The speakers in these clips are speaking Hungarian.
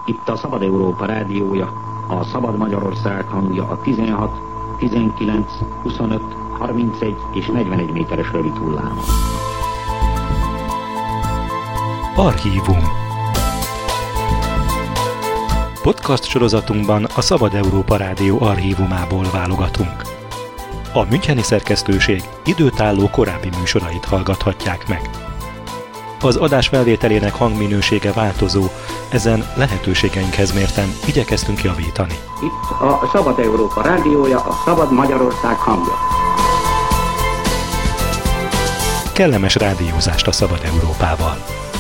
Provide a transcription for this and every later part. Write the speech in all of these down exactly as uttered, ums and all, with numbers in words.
Itt a Szabad Európa rádiója, a Szabad Magyarország hangja a tizenhat, tizenkilenc, huszonöt, harmincegy és negyvenegy méteres rövid hullámon. Archívum. Podcast sorozatunkban a Szabad Európa Rádió archívumából válogatunk. A müncheni szerkesztőség időtálló korábbi műsorait hallgathatják meg. Az adás felvételének hangminősége változó, ezen lehetőségeinkhez mérten igyekeztünk javítani. Itt a Szabad Európa rádiója, a Szabad Magyarország hangja. Kellemes rádiózást a Szabad Európával!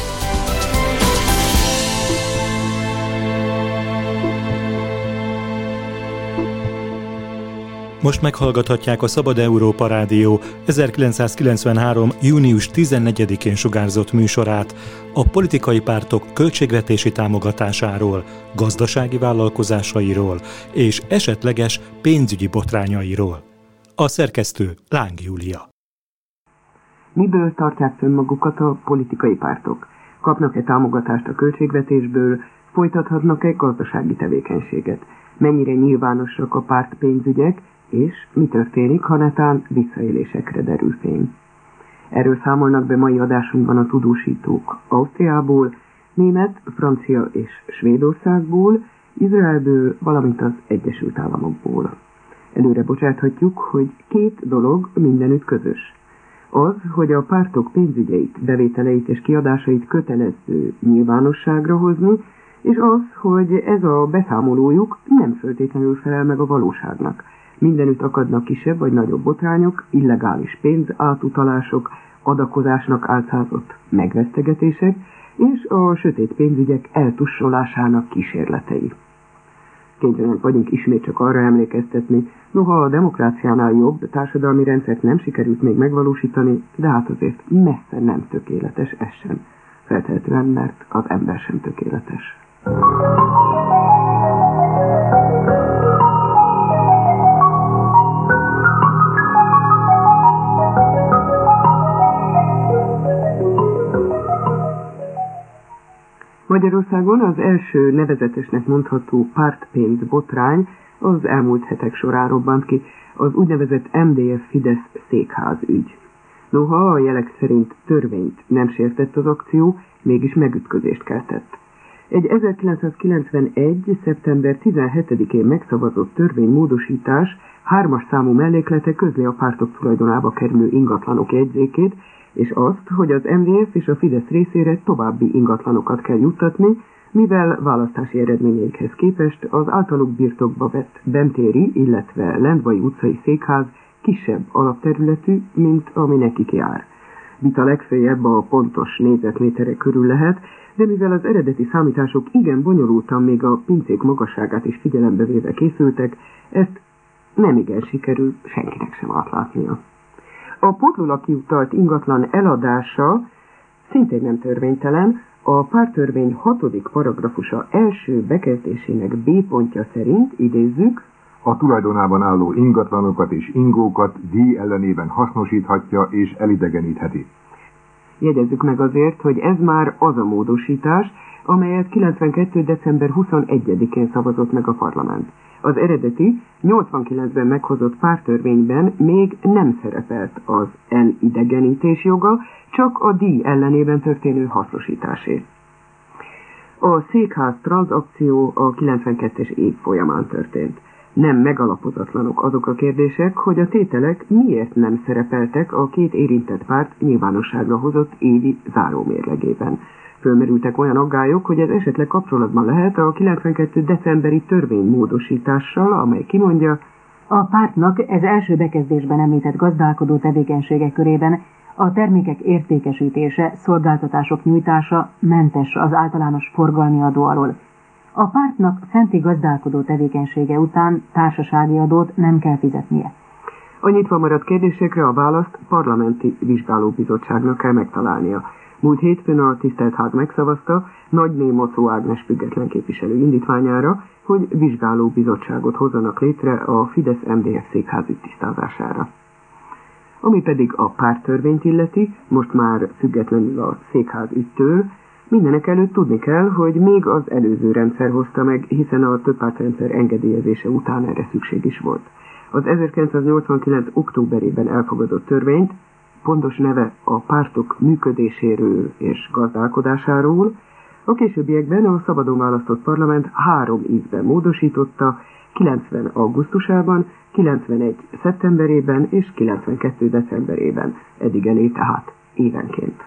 Most meghallgathatják a Szabad Európa Rádió ezerkilencszázkilencvenhárom. június tizennegyedikén sugárzott műsorát a politikai pártok költségvetési támogatásáról, gazdasági vállalkozásairól és esetleges pénzügyi botrányairól. A szerkesztő Láng Júlia. Miből tartják fönn magukat a politikai pártok? Kapnak-e támogatást a költségvetésből? Folytathatnak-e gazdasági tevékenységet? Mennyire nyilvánosak a párt pénzügyek? És mi történik, ha netán visszaélésekre derül fény? Erről számolnak be mai adásunkban a tudósítók Ausztriából, német, francia és Svédországból, Izraelből, valamint az Egyesült Államokból. Előre bocsáthatjuk, hogy két dolog mindenütt közös. Az, hogy a pártok pénzügyeit, bevételeit és kiadásait kötelező nyilvánosságra hozni, és az, hogy ez a beszámolójuk nem feltétlenül felel meg a valóságnak. Mindenütt akadnak kisebb vagy nagyobb botrányok, illegális pénzátutalások, adakozásnak álcázott megvesztegetések, és a sötét pénzügyek eltussolásának kísérletei. Kénytelenek vagyunk ismét csak arra emlékeztetni, noha a demokráciánál jobb társadalmi rendszert nem sikerült még megvalósítani, de hát azért messze nem tökéletes ez sem. Feltehetően, mert az ember sem tökéletes. Magyarországon az első nevezetesnek mondható pártpénz botrány az elmúlt hetek során robbant ki, az úgynevezett em dé ef-Fidesz székház ügy. Noha a jelek szerint törvényt nem sértett az akció, mégis megütközést keltett. Egy ezerkilencszázkilencvenegy. szeptember tizenhetedikén megszavazott törvénymódosítás hármas számú melléklete közli a pártok tulajdonába kerülő ingatlanok jegyzékét, és azt, hogy az em dé ef és a Fidesz részére további ingatlanokat kell juttatni, mivel választási eredményeikhez képest az általuk birtokba vett Bentéri, illetve Lendvai utcai székház kisebb alapterületű, mint ami nekik jár. Vita legfeljebb a pontos négyzetméterek körül lehet, de mivel az eredeti számítások igen bonyolultan még a pincék magasságát is figyelembe véve készültek, ezt nem igen sikerül senkinek sem átlátnia. A pótlólag kiutalt ingatlan eladása szintén nem törvénytelen, a párttörvény hatodik paragrafusa első bekezdésének B pontja szerint, idézzük, a tulajdonában álló ingatlanokat és ingókat díj ellenében hasznosíthatja és elidegenítheti. Jegyezzük meg azért, hogy ez már az a módosítás, amelyet kilencvenkettő. december huszonegyedikén szavazott meg a parlament. Az eredeti nyolcvankilencben meghozott párttörvényben még nem szerepelt az elidegenítés joga, csak a díj ellenében történő hasznosításé. A székház tranzakció a kilencvenkettes év folyamán történt. Nem megalapozatlanok azok a kérdések, hogy a tételek miért nem szerepeltek a két érintett párt nyilvánosságra hozott évi zárómérlegében. Fölmerültek olyan aggályok, hogy ez esetleg kapcsolatban lehet a kilencvenkettő. decemberi törvénymódosítással, amely kimondja, a pártnak ez első bekezdésben említett gazdálkodó tevékenységek körében a termékek értékesítése, szolgáltatások nyújtása mentes az általános forgalmi adó alól. A pártnak fenti gazdálkodó tevékenysége után társasági adót nem kell fizetnie. A nyitva maradt kérdésekre a választ parlamenti vizsgálóbizottságnak kell megtalálnia. Múlt hétfőn a tisztelt ház megszavazta Nagyné Mocó Ágnes független képviselő indítványára, hogy vizsgálóbizottságot hozzanak létre a Fidesz-em dé ef székházügy tisztázására. Ami pedig a párttörvényt illeti, most már függetlenül a székház ügytől, Mindenek előtt tudni kell, hogy még az előző rendszer hozta meg, hiszen a többpártrendszer engedélyezése után erre szükség is volt. Az ezerkilencszáznyolcvankilenc októberében elfogadott törvényt, pontos neve a pártok működéséről és gazdálkodásáról, a későbbiekben a szabadon választott parlament három évben módosította, kilencven augusztusában, kilencvenegy szeptemberében és kilencvenkettő decemberében, eddig elé tehát évenként.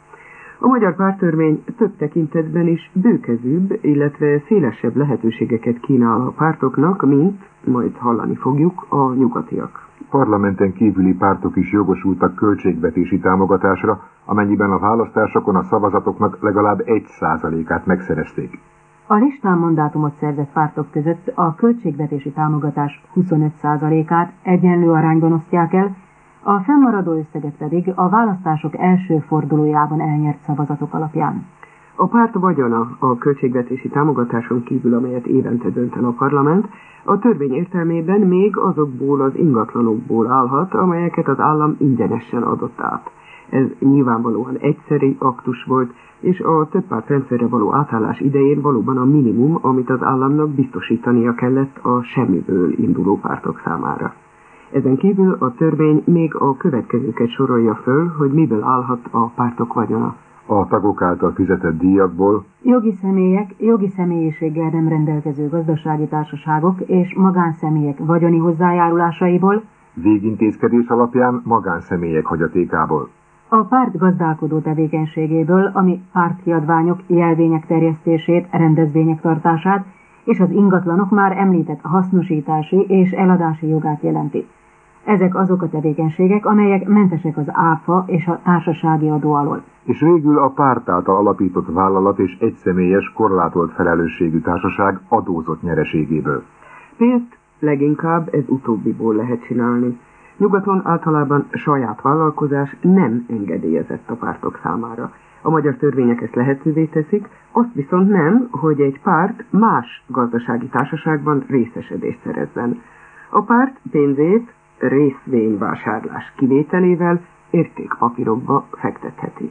A magyar párttörvény több tekintetben is bőkezűbb, illetve szélesebb lehetőségeket kínál a pártoknak, mint, majd hallani fogjuk, a nyugatiak. Parlamenten kívüli pártok is jogosultak költségvetési támogatásra, amennyiben a választásokon a szavazatoknak legalább egy százalékát megszerezték. A listán mandátumot szerzett pártok között a költségvetési támogatás huszonöt százalékát egyenlő arányban osztják el, a fennmaradó összeget pedig a választások első fordulójában elnyert szavazatok alapján. A párt vagyona a költségvetési támogatáson kívül, amelyet évente dönt el a parlament, a törvény értelmében még azokból az ingatlanokból állhat, amelyeket az állam ingyenesen adott át. Ez nyilvánvalóan egyszeri aktus volt, és a többpártrendszerre való átállás idején valóban a minimum, amit az államnak biztosítania kellett a semmiből induló pártok számára. Ezen kívül a törvény még a következőket sorolja föl, hogy miből állhat a pártok vagyona. A tagok által fizetett díjakból, jogi személyek, jogi személyiséggel nem rendelkező gazdasági társaságok és magánszemélyek vagyoni hozzájárulásaiból, végintézkedés alapján magánszemélyek hagyatékából, a párt gazdálkodó tevékenységéből, ami pártkiadványok, jelvények terjesztését, rendezvények tartását és az ingatlanok már említett hasznosítási és eladási jogát jelenti. Ezek azok a tevékenységek, amelyek mentesek az áfa és a társasági adó alól. És végül a párt által alapított vállalat és egyszemélyes korlátolt felelősségű társaság adózott nyereségéből. Pénzt leginkább ez utóbbiból lehet csinálni. Nyugaton általában saját vállalkozás nem engedélyezett a pártok számára. A magyar törvények ezt lehetővé teszik, azt viszont nem, hogy egy párt más gazdasági társaságban részesedést szerezzen. A párt pénzét részvényvásárlás kivételével értékpapírokba fektetheti.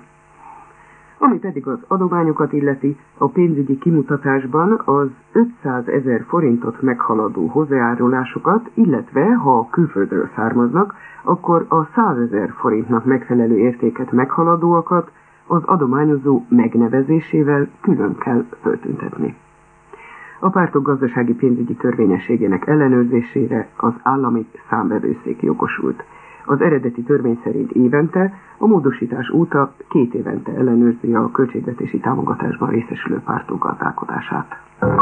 Ami pedig az adományokat illeti, a pénzügyi kimutatásban az ötszázezer forintot meghaladó hozzájárulásokat, illetve ha külföldről származnak, akkor a százezer forintnak megfelelő értéket meghaladóakat az adományozó megnevezésével külön kell föltüntetni. A pártok gazdasági pénzügyi törvényességének ellenőrzésére az állami számvevőszék jogosult. Az eredeti törvény szerint évente, a módosítás óta két évente ellenőrzi a költségvetési támogatásban részesülő pártok gazdálkodását.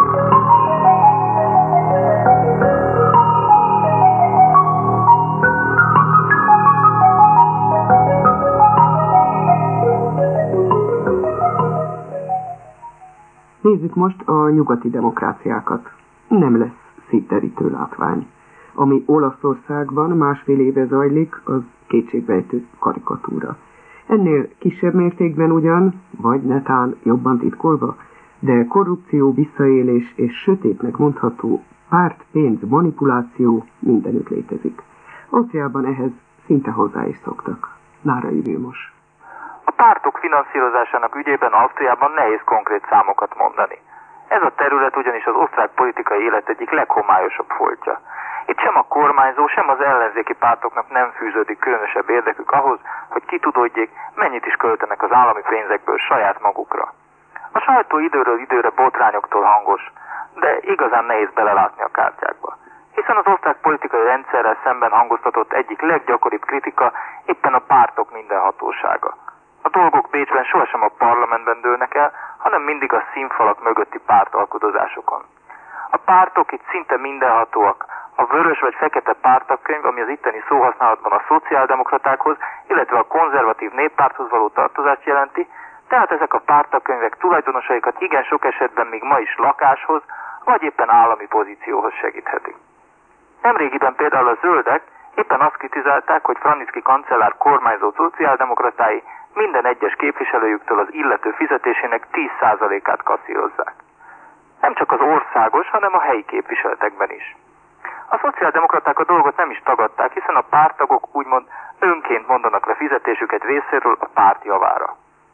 Nézzük most a nyugati demokráciákat. Nem lesz szívderítő látvány. Ami Olaszországban másfél éve zajlik, az kétségbejtő karikatúra. Ennél kisebb mértékben ugyan, vagy netán jobban titkolva, de korrupció, visszaélés és sötétnek mondható pártpénz manipuláció mindenütt létezik. Ausztriában ehhez szinte hozzá is szoktak. Nárai Vilmos. A pártok finanszírozásának ügyében Ausztriában nehéz konkrét számokat mondani. Ez a terület ugyanis az osztrák politikai élet egyik leghomályosabb foltja. Itt sem a kormányzó, sem az ellenzéki pártoknak nem fűződik különösebb érdekük ahhoz, hogy kitudódjék, mennyit is költenek az állami pénzekből saját magukra. A sajtó időről időre botrányoktól hangos, de igazán nehéz belelátni a kártyákba. Hiszen az osztrák politikai rendszerrel szemben hangoztatott egyik leggyakoribb kritika éppen a pártok mindenhatósága. A dolgok Bécsben sohasem a parlamentben dőlnek el, hanem mindig a színfalak mögötti pártalkudozásokon. A pártok itt szinte mindenhatóak. A vörös vagy fekete pártagkönyv, ami az itteni szóhasználatban a szociáldemokratákhoz, illetve a konzervatív néppárthoz való tartozást jelenti, tehát ezek a pártagkönyvek tulajdonosaikat igen sok esetben még ma is lakáshoz, vagy éppen állami pozícióhoz segíthetik. Nemrégiben például a zöldek éppen azt kritizálták, hogy Vranitzky kancellár kormányzó szociáldemokratái minden egyes képviselőjüktől az illető fizetésének tíz százalékát kasszírozzák. Nem csak az országos, hanem a helyi képviseletekben is. A szociáldemokraták a dolgot nem is tagadták, hiszen a párttagok úgymond önként mondanak le fizetésüket részéről a párt javára.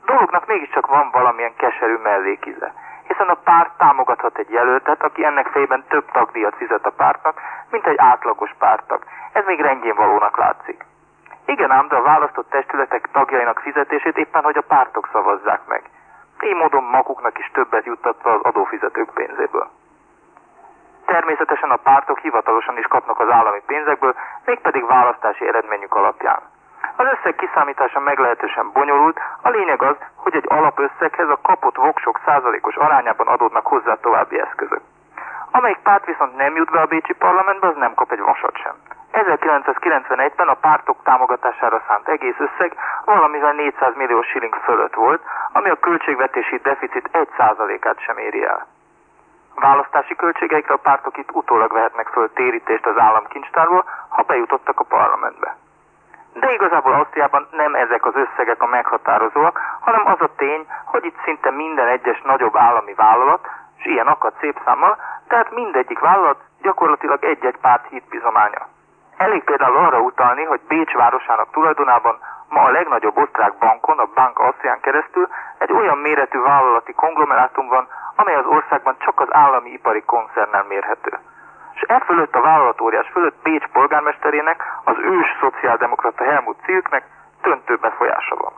dolognak mégiscsak van valamilyen keserű mellékíze, hiszen a párt támogathat egy jelöltet, aki ennek fejében több tagdíjat fizet a pártnak, mint egy átlagos párttag. Ez még rendjén valónak látszik. Igen ám, de a választott testületek tagjainak fizetését éppen hogy a pártok szavazzák meg. Így módon maguknak is többet juttatva az adófizetők pénzéből. Természetesen a pártok hivatalosan is kapnak az állami pénzekből, mégpedig választási eredményük alapján. Az összeg kiszámítása meglehetősen bonyolult, a lényeg az, hogy egy alapösszeghez a kapott voksok százalékos arányában adódnak hozzá további eszközök. Amelyik párt viszont nem jut be a bécsi parlamentbe, az nem kap egy vasat sem. ezerkilencszázkilencvenegyben a pártok támogatására szánt egész összeg valamivel négyszáz millió shilling fölött volt, ami a költségvetési deficit egy százalékát sem éri el. A választási költségeikre a pártok itt utólag vehetnek föl térítést az államkincstárból, ha bejutottak a parlamentbe. De igazából Ausztriában nem ezek az összegek a meghatározóak, hanem az a tény, hogy itt szinte minden egyes nagyobb állami vállalat, és ilyen akad szép számmal, tehát mindegyik vállalat gyakorlatilag egy-egy párt hitbizománya. Elég például arra utalni, hogy Bécs városának tulajdonában ma a legnagyobb osztrák bankon, a Bank Austrián keresztül egy olyan méretű vállalati konglomerátum van, amely az országban csak az állami ipari koncernnel mérhető. És e fölött a vállalatóriás fölött Bécs polgármesterének, az ős szociáldemokrata Helmut Zilknek döntő befolyása van.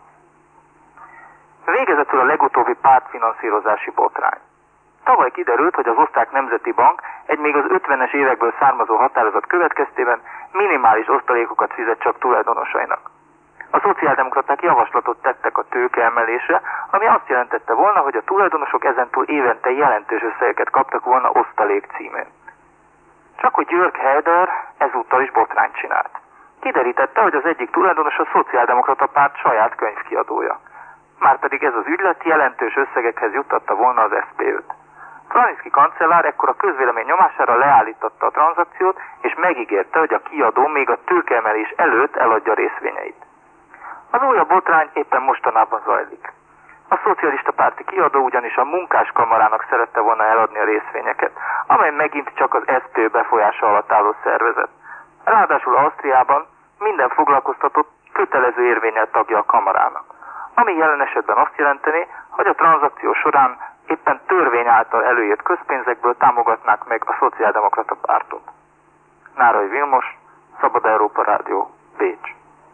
Végezetül a legutóbbi pártfinanszírozási botrány. Tavaly kiderült, hogy az Osztrák Nemzeti Bank egy még az ötvenes évekből származó határozat következtében minimális osztalékokat fizet csak tulajdonosainak. A szociáldemokraták javaslatot tettek a tőkeemelésre, ami azt jelentette volna, hogy a tulajdonosok ezentúl évente jelentős összegeket kaptak volna osztalék címén. Csak hogy Györg Helder ezúttal is botrányt csinált. Kiderítette, hogy az egyik tulajdonos a szociáldemokrata párt saját könyvkiadója. Márpedig ez az ügylet jelentős összegekhez juttatta volna az es zé pé öt. Vranitzky kancellár ekkor a közvélemény nyomására leállította a tranzakciót, és megígérte, hogy a kiadó még a tőkeemelés előtt eladja részvényeit. Az újabb botrány éppen mostanában zajlik. A szocialista párti kiadó ugyanis a munkáskamarának szerette volna eladni a részvényeket, amely megint csak az es zé pé befolyása alatt álló szervezet. Ráadásul Ausztriában minden foglalkoztatott kötelező érvényel tagja a kamarának, ami jelen esetben azt jelenteni, hogy a tranzakció során éppen törvény által előírt közpénzekből támogatnák meg a szociáldemokrata pártot. Nárai Vilmos, Szabad Európa Rádió, Bécs.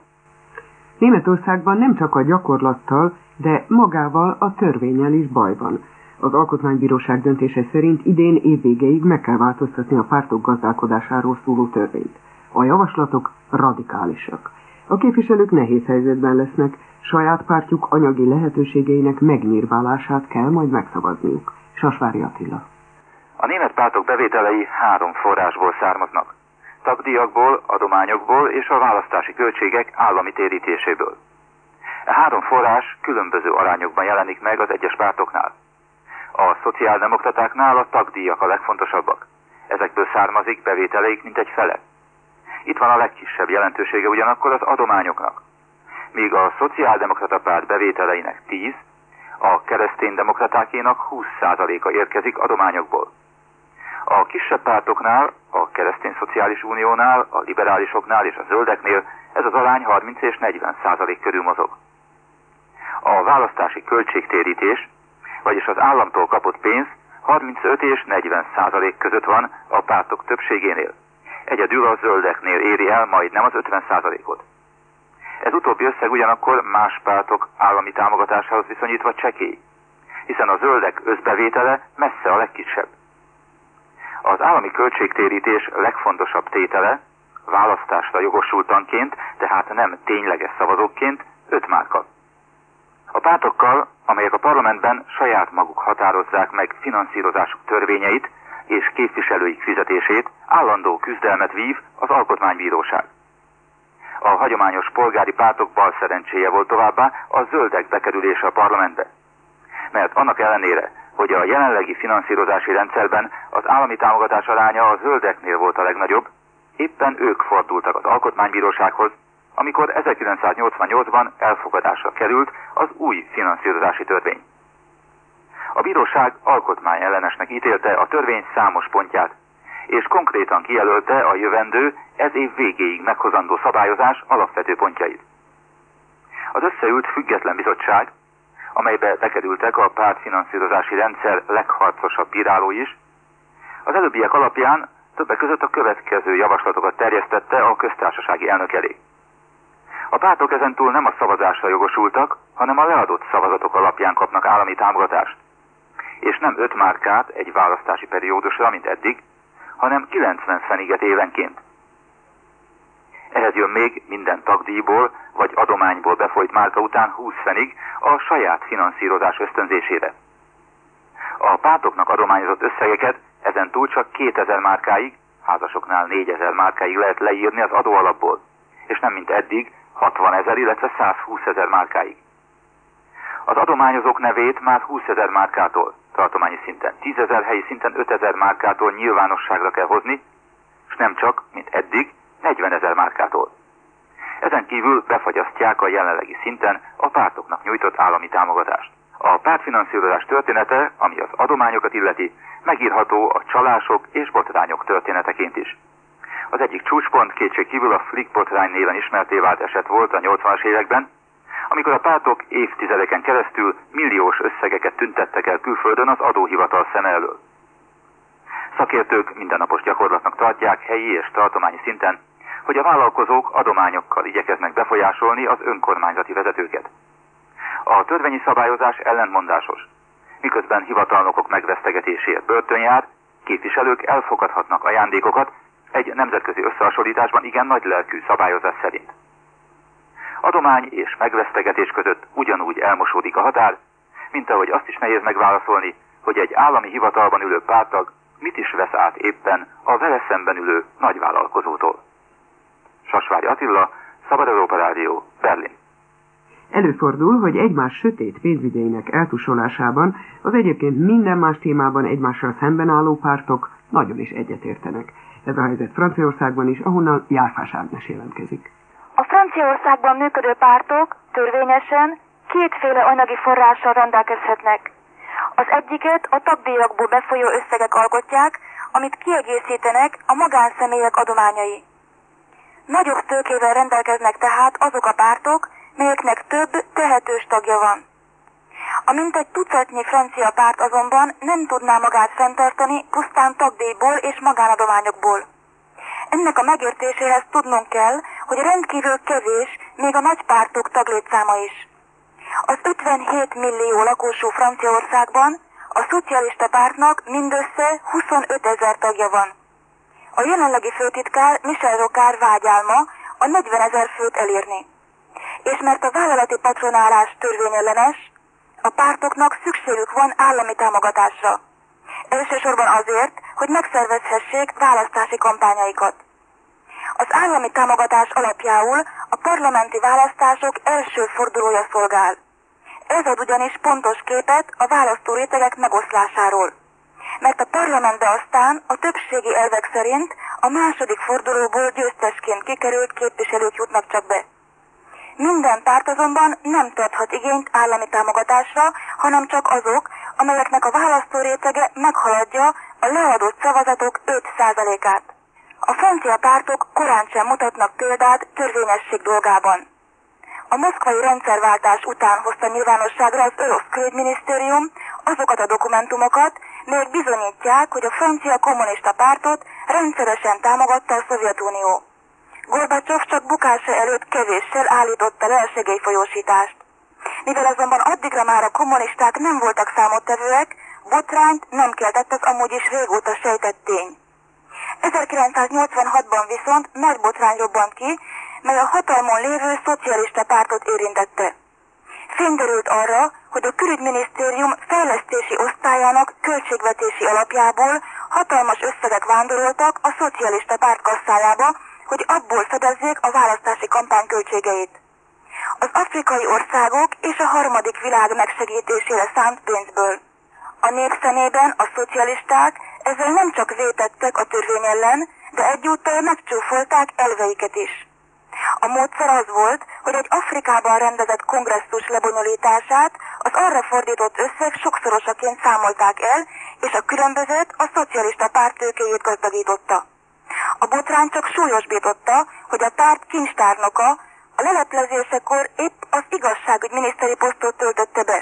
Németországban nem csak a gyakorlattal, de magával a törvénnyel is baj van. Az Alkotmánybíróság döntése szerint idén évvégéig meg kell változtatni a pártok gazdálkodásáról szóló törvényt. A javaslatok radikálisak. A képviselők nehéz helyzetben lesznek, saját pártjuk anyagi lehetőségeinek megnyírválását kell majd megszavazniuk. Sasvári Attila. A német pártok bevételei három forrásból származnak. Tagdíjakból, adományokból és a választási költségek állami térítéséből. A három forrás különböző arányokban jelenik meg az egyes pártoknál. A szociáldemokratáknál a tagdíjak a legfontosabbak. Ezekből származik bevételeik mintegy fele. Itt van a legkisebb jelentősége ugyanakkor az adományoknak. Míg a szociáldemokrata párt bevételeinek tíz, a kereszténydemokratákénak húsz százaléka érkezik adományokból. A kisebb pártoknál, a Keresztény Szociális Uniónál, a liberálisoknál és a zöldeknél ez az arány harminc és negyven százalék körül mozog. A választási költségtérítés, vagyis az államtól kapott pénz harmincöt és negyven százalék között van a pártok többségénél. Egyedül a zöldeknél éri el majdnem az ötven százalékot. Ez utóbbi összeg ugyanakkor más pártok állami támogatásához viszonyítva csekély, hiszen a zöldek összbevétele messze a legkisebb. Az állami költségtérítés legfontosabb tétele választásra jogosultanként, tehát nem tényleges szavazókként öt márka. A pártokkal, amelyek a parlamentben saját maguk határozzák meg finanszírozásuk törvényeit és képviselőik fizetését, állandó küzdelmet vív az Alkotmánybíróság. A hagyományos polgári pártok bal szerencséje volt továbbá a zöldek bekerülése a parlamentbe. Mert annak ellenére, hogy a jelenlegi finanszírozási rendszerben az állami támogatás aránya a zöldeknél volt a legnagyobb, éppen ők fordultak az Alkotmánybírósághoz, amikor ezerkilencszáznyolcvannyolcban elfogadásra került az új finanszírozási törvény. A bíróság alkotmányellenesnek ítélte a törvény számos pontját, és konkrétan kijelölte a jövendő, ez év végéig meghozandó szabályozás alapvető pontjait. Az összeült független bizottság amelybe bekerültek a pártfinanszírozási rendszer legharcosabb bírálói is, az előbbiek alapján többek között a következő javaslatokat terjesztette a köztársasági elnök elé. A pártok ezentúl nem a szavazásra jogosultak, hanem a leadott szavazatok alapján kapnak állami támogatást. És nem öt márkát egy választási periódusra, mint eddig, hanem kilencven feniget évenként. Ehhez jön még minden tagdíjból vagy adományból befolyt márka után húsz fenig a saját finanszírozás ösztönzésére. A pártoknak adományozott összegeket ezen túl csak kétezer márkáig, házasoknál négyezer márkáig lehet leírni az adóalapból, és nem mint eddig hatvanezer, illetve százhúszezer márkáig. Az adományozók nevét már húszezer márkától, tartományi szinten tízezer, helyi szinten ötezer márkától nyilvánosságra kell hozni, és nem csak, mint eddig, negyvenezer márkától. Ezen kívül befagyasztják a jelenlegi szinten a pártoknak nyújtott állami támogatást. A pártfinanszírozás története, ami az adományokat illeti, megírható a csalások és botrányok történeteként is. Az egyik csúcspont kétségkívül a Flick botrány néven ismerté vált eset volt a nyolcvanas években, amikor a pártok évtizedeken keresztül milliós összegeket tüntettek el külföldön az adóhivatal szeme elől. Szakértők mindennapos gyakorlatnak tartják helyi és tartományi szinten, hogy a vállalkozók adományokkal igyekeznek befolyásolni az önkormányzati vezetőket. A törvényi szabályozás ellentmondásos, miközben hivatalnokok megvesztegetéséért börtön jár, képviselők elfogadhatnak ajándékokat egy nemzetközi összehasonlításban igen nagy lelkű szabályozás szerint. Adomány és megvesztegetés között ugyanúgy elmosódik a határ, mint ahogy azt is nehéz megválaszolni, hogy egy állami hivatalban ülő párttag mit is vesz át éppen a vele szemben ülő nagyvállalkozótól. Sasvári Attila, Szabad Európa Rádió, Berlin. Előfordul, hogy egymás sötét pénzügyeinek eltusolásában az egyébként minden más témában egymással szemben álló pártok nagyon is egyetértenek. Ez a helyzet Franciaországban is, ahonnan Járfás Ágnes jelentkezik. A Franciaországban működő pártok törvényesen kétféle anyagi forrással rendelkezhetnek. Az egyiket a tagdíjakból befolyó összegek alkotják, amit kiegészítenek a magánszemélyek adományai. Nagyobb tőkével rendelkeznek tehát azok a pártok, melyeknek több tehetős tagja van. A mintegy tucatnyi francia párt azonban nem tudná magát fenntartani pusztán tagdíjból és magánadományokból. Ennek a megértéséhez tudnunk kell, hogy rendkívül kevés még a nagy pártok taglétszáma is. Az ötvenhét millió lakosú Franciaországban a szocialista pártnak mindössze huszonötezer tagja van. A jelenlegi főtitkár Michel Rocard vágyálma a negyvenezer főt elérni. És mert a vállalati patronálás törvényellenes, a pártoknak szükségük van állami támogatásra. Elsősorban azért, hogy megszervezhessék választási kampányaikat. Az állami támogatás alapjául a parlamenti választások első fordulója szolgál. Ez ad ugyanis pontos képet a választó rétegek megoszlásáról. Mert a parlamentbe aztán a többségi elvek szerint a második fordulóból győztesként kikerült képviselők jutnak csak be. Minden párt azonban nem tarthat igényt állami támogatásra, hanem csak azok, amelyeknek a választó rétege meghaladja a leadott szavazatok öt százalékát. A francia pártok korán sem mutatnak példát törvényesség dolgában. A moszkvai rendszerváltás után hozta nyilvánosságra az orosz külügyminisztérium azokat a dokumentumokat, melyek bizonyítják, hogy a francia kommunista pártot rendszeresen támogatta a Szovjetunió. Gorbacsov csak bukása előtt kevéssel állította le a segélyfolyósítást. Mivel azonban addigra már a kommunisták nem voltak számottevőek, botrányt nem keltett az amúgy is régóta sejtett tény. ezerkilencszáznyolcvanhatban viszont nagy botrány robbant ki, mely a hatalmon lévő szocialista pártot érintette. Fény derült arra, hogy a külügyminisztérium fejlesztési osztályának költségvetési alapjából hatalmas összegek vándoroltak a szocialista párt kasszájába, hogy abból fedezzék a választási kampány költségeit. Az afrikai országok és a harmadik világ megsegítésére szánt pénzből. A nép szemében a szocialisták ezzel nem csak vétettek a törvény ellen, de egyúttal megcsúfolták elveiket is. A módszer az volt, hogy egy Afrikában rendezett kongresszus lebonyolítását az arra fordított összeg sokszorosaként számolták el, és a különbözőt a szocialista párt tőkéjét gazdagította. A botrány csak súlyosbította, hogy a párt kincstárnoka a leleplezésekor épp az igazságügy miniszteri posztot töltötte be.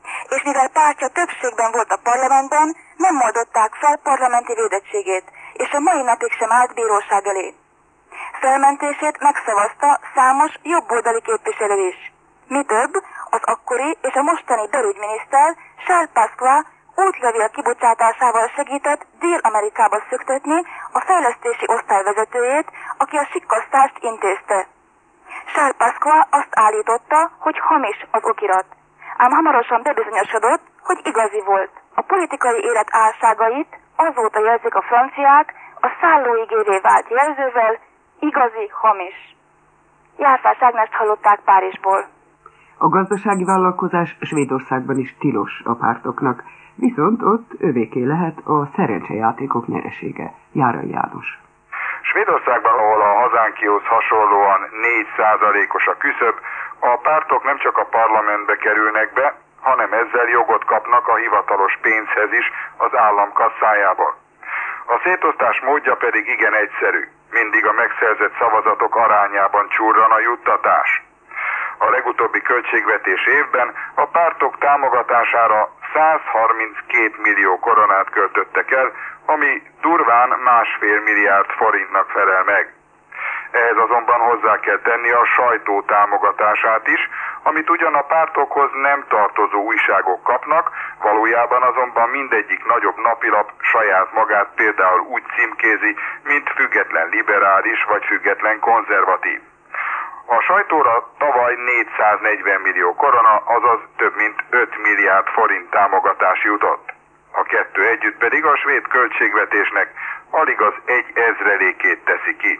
és mivel pártja többségben volt a parlamentben, nem oldották fel parlamenti védettségét, és a mai napig sem állt bíróság elé. Felmentését megszavazta számos jobboldali képviselő is. Mi több, az akkori és a mostani belügyminiszter Charles Pasqua útlevél kibocsátásával segített Dél-Amerikába szöktetni a fejlesztési osztály vezetőjét, aki a sikkasztást intézte. Charles Pasqua azt állította, hogy hamis az okirat, ám hamarosan bebizonyosodott, hogy igazi volt. A politikai élet álságait azóta jelzik a franciák a szállóigévé vált jelzővel, igazi hamis. Járfás Ágnest hallották Párizsból. A gazdasági vállalkozás Svédországban is tilos a pártoknak, viszont ott övéké lehet a szerencsejátékok nyeresége. Járai János. Svédországban, ahol a hazánkihoz hasonlóan négy százalékos a küszöb, a pártok nem csak a parlamentbe kerülnek be, hanem ezzel jogot kapnak a hivatalos pénzhez is az állam kasszájából. A szétosztás módja pedig igen egyszerű. Mindig a megszerzett szavazatok arányában csurran a juttatás. A legutóbbi költségvetés évben a pártok támogatására százharminckét millió koronát költöttek el, ami durván másfél milliárd forintnak felel meg. Ehhez azonban hozzá kell tenni a sajtó támogatását is, amit ugyan a pártokhoz nem tartozó újságok kapnak, valójában azonban mindegyik nagyobb napilap saját magát például úgy címkézi, mint független liberális vagy független konzervatív. A sajtóra tavaly négyszáznegyven millió korona, azaz több mint öt milliárd forint támogatás jutott. A kettő együtt pedig a svéd költségvetésnek alig az egy ezrelékét teszi ki.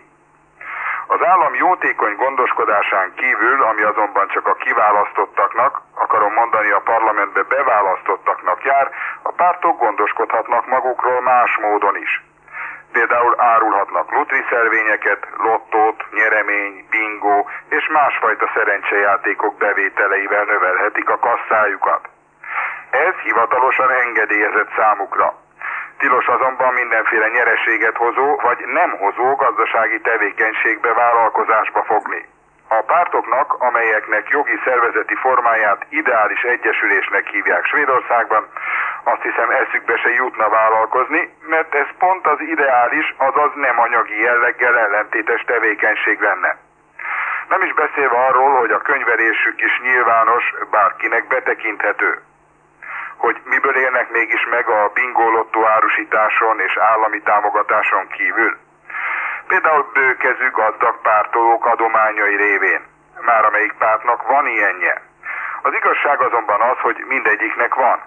Az állam jótékony gondoskodásán kívül, ami azonban csak a kiválasztottaknak, akarom mondani a parlamentbe beválasztottaknak jár, a pártok gondoskodhatnak magukról más módon is. Például árulhatnak lutriszervényeket, lottót, nyeremény, bingo és másfajta szerencsejátékok bevételeivel növelhetik a kasszájukat. Ez hivatalosan engedélyezett számukra. Tilos azonban mindenféle nyereséget hozó vagy nem hozó gazdasági tevékenységbe, vállalkozásba fogni. A pártoknak, amelyeknek jogi szervezeti formáját ideális egyesülésnek hívják Svédországban, azt hiszem eszükbe se jutna vállalkozni, mert ez pont az ideális, azaz nem anyagi jelleggel ellentétes tevékenység lenne. Nem is beszélve arról, hogy a könyvelésük is nyilvános, bárkinek betekinthető. Hogy miből élnek mégis meg a bingolottó árusításon és állami támogatáson kívül. Például bőkezű gazdag pártolók adományai révén. Már amelyik pártnak van ilyenje. Az igazság azonban az, hogy mindegyiknek van.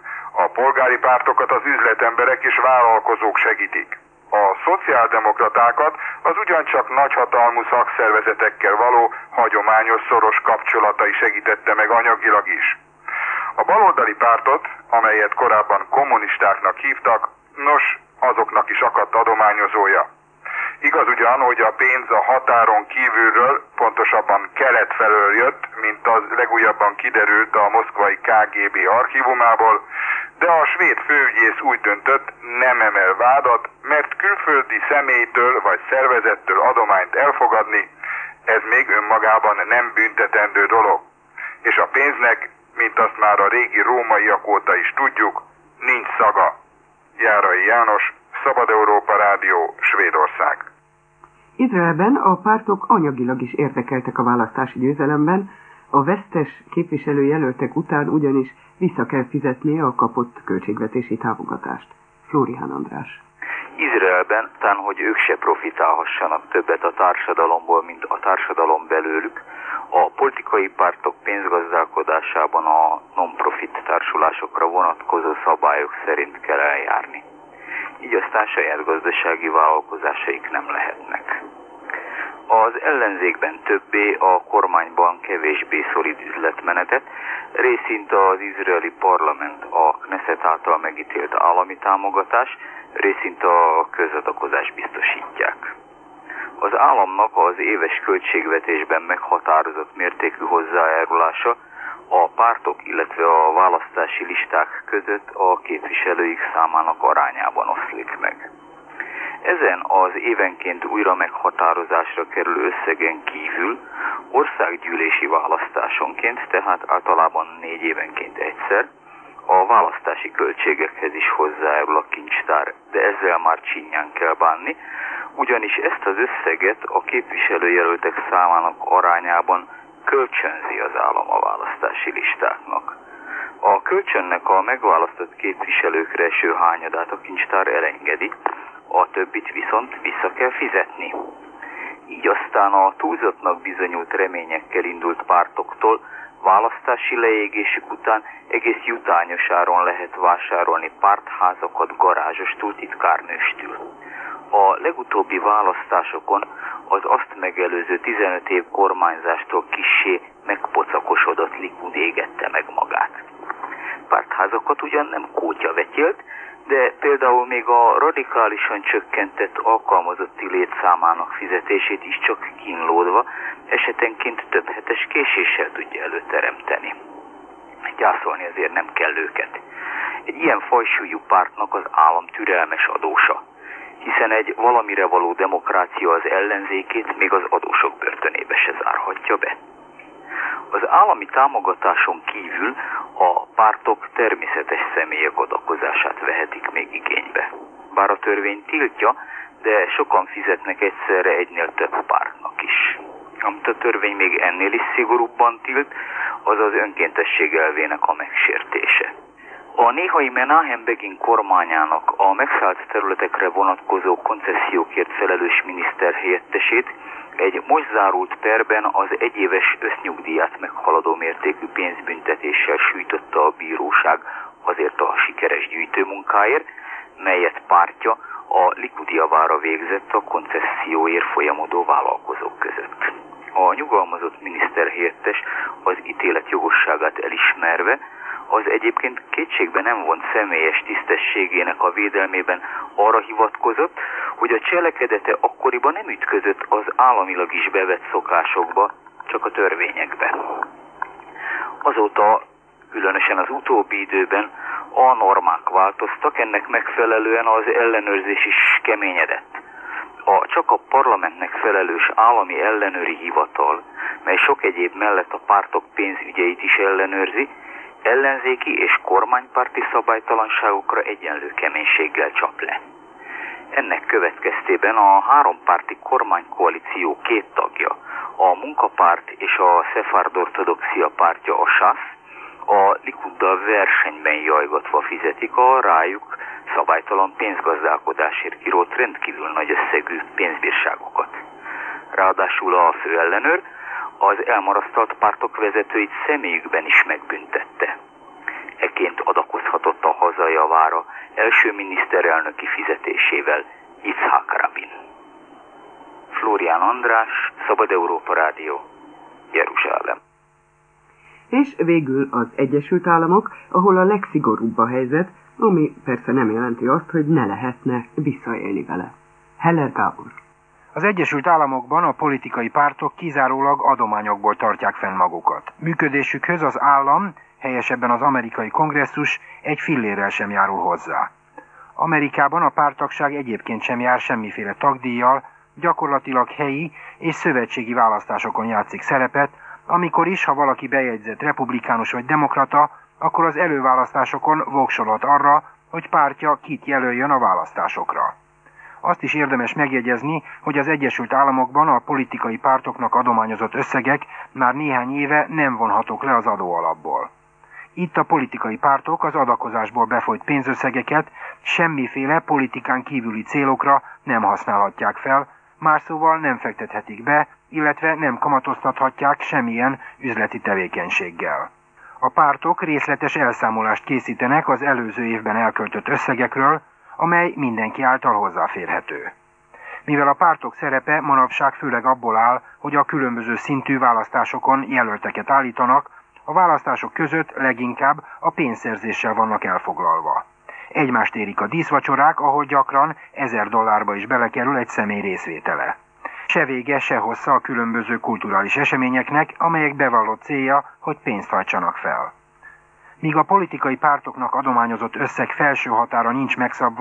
A polgári pártokat az üzletemberek és vállalkozók segítik. A szociáldemokratákat az ugyancsak nagyhatalmú szakszervezetekkel való hagyományos szoros kapcsolatai segítette meg anyagilag is. A baloldali pártot, amelyet korábban kommunistáknak hívtak, nos, azoknak is akadt adományozója. Igaz ugyan, hogy a pénz a határon kívülről, pontosabban kelet felől jött, mint az legújabban kiderült a moszkvai ká gé bé archívumából, de a svéd főügyész úgy döntött, nem emel vádat, mert külföldi személytől vagy szervezettől adományt elfogadni, ez még önmagában nem büntetendő dolog. És a pénznek, mint azt már a régi rómaiak óta is tudjuk, nincs szaga. Járai János, Szabad Európa Rádió, Svédország. Izraelben a pártok anyagilag is érdekeltek a választási győzelemben, a vesztes képviselőjelöltek után ugyanis vissza kell fizetni a kapott költségvetési támogatást. Flórián András. Izraelben, tán, hogy ők se profitálhassanak többet a társadalomból, mint a társadalom belőlük, a politikai pártok pénzgazdálkodásában a non-profit társulásokra vonatkozó szabályok szerint kell eljárni. Így aztán saját gazdasági vállalkozásaik nem lehetnek. Az ellenzékben többé, a kormányban kevésbé szolid üzletmenetet, részint az izraeli parlament a Knesset által megítélt állami támogatás, részint a közadakozás biztosítják. Az államnak az éves költségvetésben meghatározott mértékű hozzájárulása a pártok, illetve a választási listák között a képviselőik számának arányában oszlik meg. Ezen az évenként újra meghatározásra kerülő összegen kívül országgyűlési választásonként, tehát általában négy évenként egyszer, a választási költségekhez is hozzájárul a kincstár, de ezzel már csinyán kell bánni, ugyanis ezt az összeget a képviselőjelöltek számának arányában kölcsönzi az állam a választási listáknak. A kölcsönnek a megválasztott képviselőkre eső hányadát a kincstár elengedi, a többit viszont vissza kell fizetni. Így aztán a túlzottnak bizonyult reményekkel indult pártoktól választási leégésük után egész jutányos áron lehet vásárolni pártházakat garázsostól, titkárnőstől. A legutóbbi választásokon az azt megelőző tizenöt év kormányzástól kissé megpocakosodott Likud égette meg magát. Pártházakat ugyan nem kótya vetyélt, de például még a radikálisan csökkentett alkalmazotti létszámának fizetését is csak kínlódva, esetenként több hetes késéssel tudja előteremteni. Gyászolni azért nem kell őket. Egy ilyen fajsúlyú pártnak az állam türelmes adósa, hiszen egy valamire való demokrácia az ellenzékét még az adósok börtönébe se zárhatja be. Az állami támogatáson kívül a pártok természetes személyek adakozását vehetik még igénybe. Bár a törvény tiltja, de sokan fizetnek egyszerre egynél több pártnak is. Amit a törvény még ennél is szigorúbban tilt, az az önkéntesség elvének a megsértése. A néhai Menahem Begin kormányának a megszállt területekre vonatkozó koncesziókért felelős miniszterhelyettesét egy most zárult perben az egyéves össznyugdíját meghaladó mértékű pénzbüntetéssel sújtotta a bíróság azért a sikeres gyűjtőmunkáért, melyet pártja a Likud javára végzett a koncesszióért folyamodó vállalkozók között. A nyugalmazott miniszterhelyettes az ítélet jogosságát elismerve az egyébként kétségbe nem vont személyes tisztességének a védelmében arra hivatkozott, hogy a cselekedete akkoriban nem ütközött az államilag is bevett szokásokba, csak a törvényekbe. Azóta, különösen az utóbbi időben a normák változtak, ennek megfelelően az ellenőrzés is keményedett. A csak a parlamentnek felelős állami ellenőri hivatal, mely sok egyéb mellett a pártok pénzügyeit is ellenőrzi, ellenzéki és kormánypárti szabálytalanságokra egyenlő keménységgel csap le. Ennek következtében a hárompárti kormánykoalíció két tagja, a Munkapárt és a Szefárd Ortodoxia pártja, a sász, a Likuddal versenyben jajgatva fizetik a rájuk szabálytalan pénzgazdálkodásért kirótt rendkívül nagy összegű pénzbírságokat. Ráadásul a főellenőr az elmarasztalt pártok vezetőit személyükben is megbüntette. Ekként adakozhatott a haza javára első miniszterelnöki fizetésével Yitzhak Rabin. Flórián András, Szabad Európa Rádió, Jeruzsálem. És végül az Egyesült Államok, ahol a legszigorúbb a helyzet, ami persze nem jelenti azt, hogy ne lehetne visszaélni vele. Heller Gábor. Az Egyesült Államokban a politikai pártok kizárólag adományokból tartják fenn magukat. Működésükhöz az állam, helyesebben az amerikai kongresszus egy fillérrel sem járul hozzá. Amerikában a párttagság egyébként sem jár semmiféle tagdíjjal, gyakorlatilag helyi és szövetségi választásokon játszik szerepet, amikor is, ha valaki bejegyzett republikánus vagy demokrata, akkor az előválasztásokon voksolhat arra, hogy pártja kit jelöljön a választásokra. Azt is érdemes megjegyezni, hogy az Egyesült Államokban a politikai pártoknak adományozott összegek már néhány éve nem vonhatók le az adóalapból. Itt a politikai pártok az adakozásból befolyt pénzösszegeket semmiféle politikán kívüli célokra nem használhatják fel, más szóval nem fektethetik be, illetve nem kamatoztathatják semmilyen üzleti tevékenységgel. A pártok részletes elszámolást készítenek az előző évben elköltött összegekről, amely mindenki által hozzáférhető. Mivel a pártok szerepe manapság főleg abból áll, hogy a különböző szintű választásokon jelölteket állítanak, a választások között leginkább a pénzszerzéssel vannak elfoglalva. Egymást érik a díszvacsorák, ahol gyakran ezer dollárba is belekerül egy személy részvétele. Se vége, se hossza a különböző kulturális eseményeknek, amelyek bevallott célja, hogy pénzt hajtsanak fel. Míg a politikai pártoknak adományozott összeg felső határa nincs megszabva,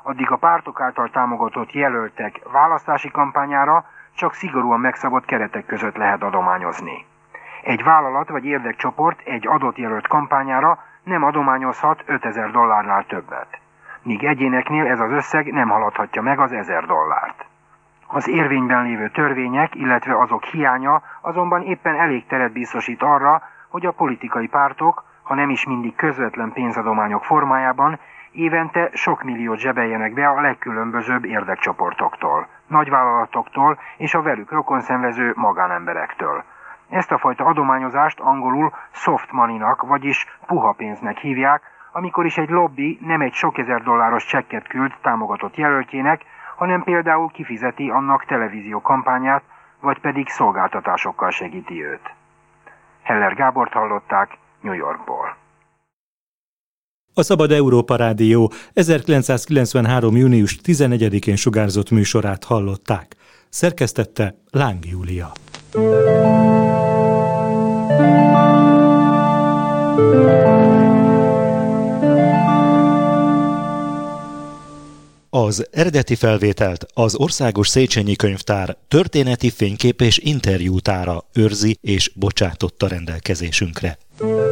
addig a pártok által támogatott jelöltek választási kampányára csak szigorúan megszabott keretek között lehet adományozni. Egy vállalat vagy érdekcsoport egy adott jelölt kampányára nem adományozhat ötezer dollárnál többet, míg egyéneknél ez az összeg nem haladhatja meg az ezer dollárt. Az érvényben lévő törvények, illetve azok hiánya azonban éppen elég teret biztosít arra, hogy a politikai pártok, ha nem is mindig közvetlen pénzadományok formájában, évente sok milliót zsebeljenek be a legkülönbözőbb érdekcsoportoktól, nagyvállalatoktól és a velük rokonszenvező magánemberektől. Ezt a fajta adományozást angolul soft money-nak, vagyis puha pénznek hívják, amikor is egy lobby nem egy sok ezer dolláros csekket küld támogatott jelöltjének, hanem például kifizeti annak televízió kampányát, vagy pedig szolgáltatásokkal segíti őt. Heller Gábort hallották New Yorkból. A Szabad Európa Rádió ezerkilencszázkilencvenhárom. június tizenegyedikén sugárzott műsorát hallották. Szerkesztette Láng Júlia. Az eredeti felvételt az Országos Széchenyi Könyvtár történeti fénykép és interjútára őrzi és bocsátotta rendelkezésünkre.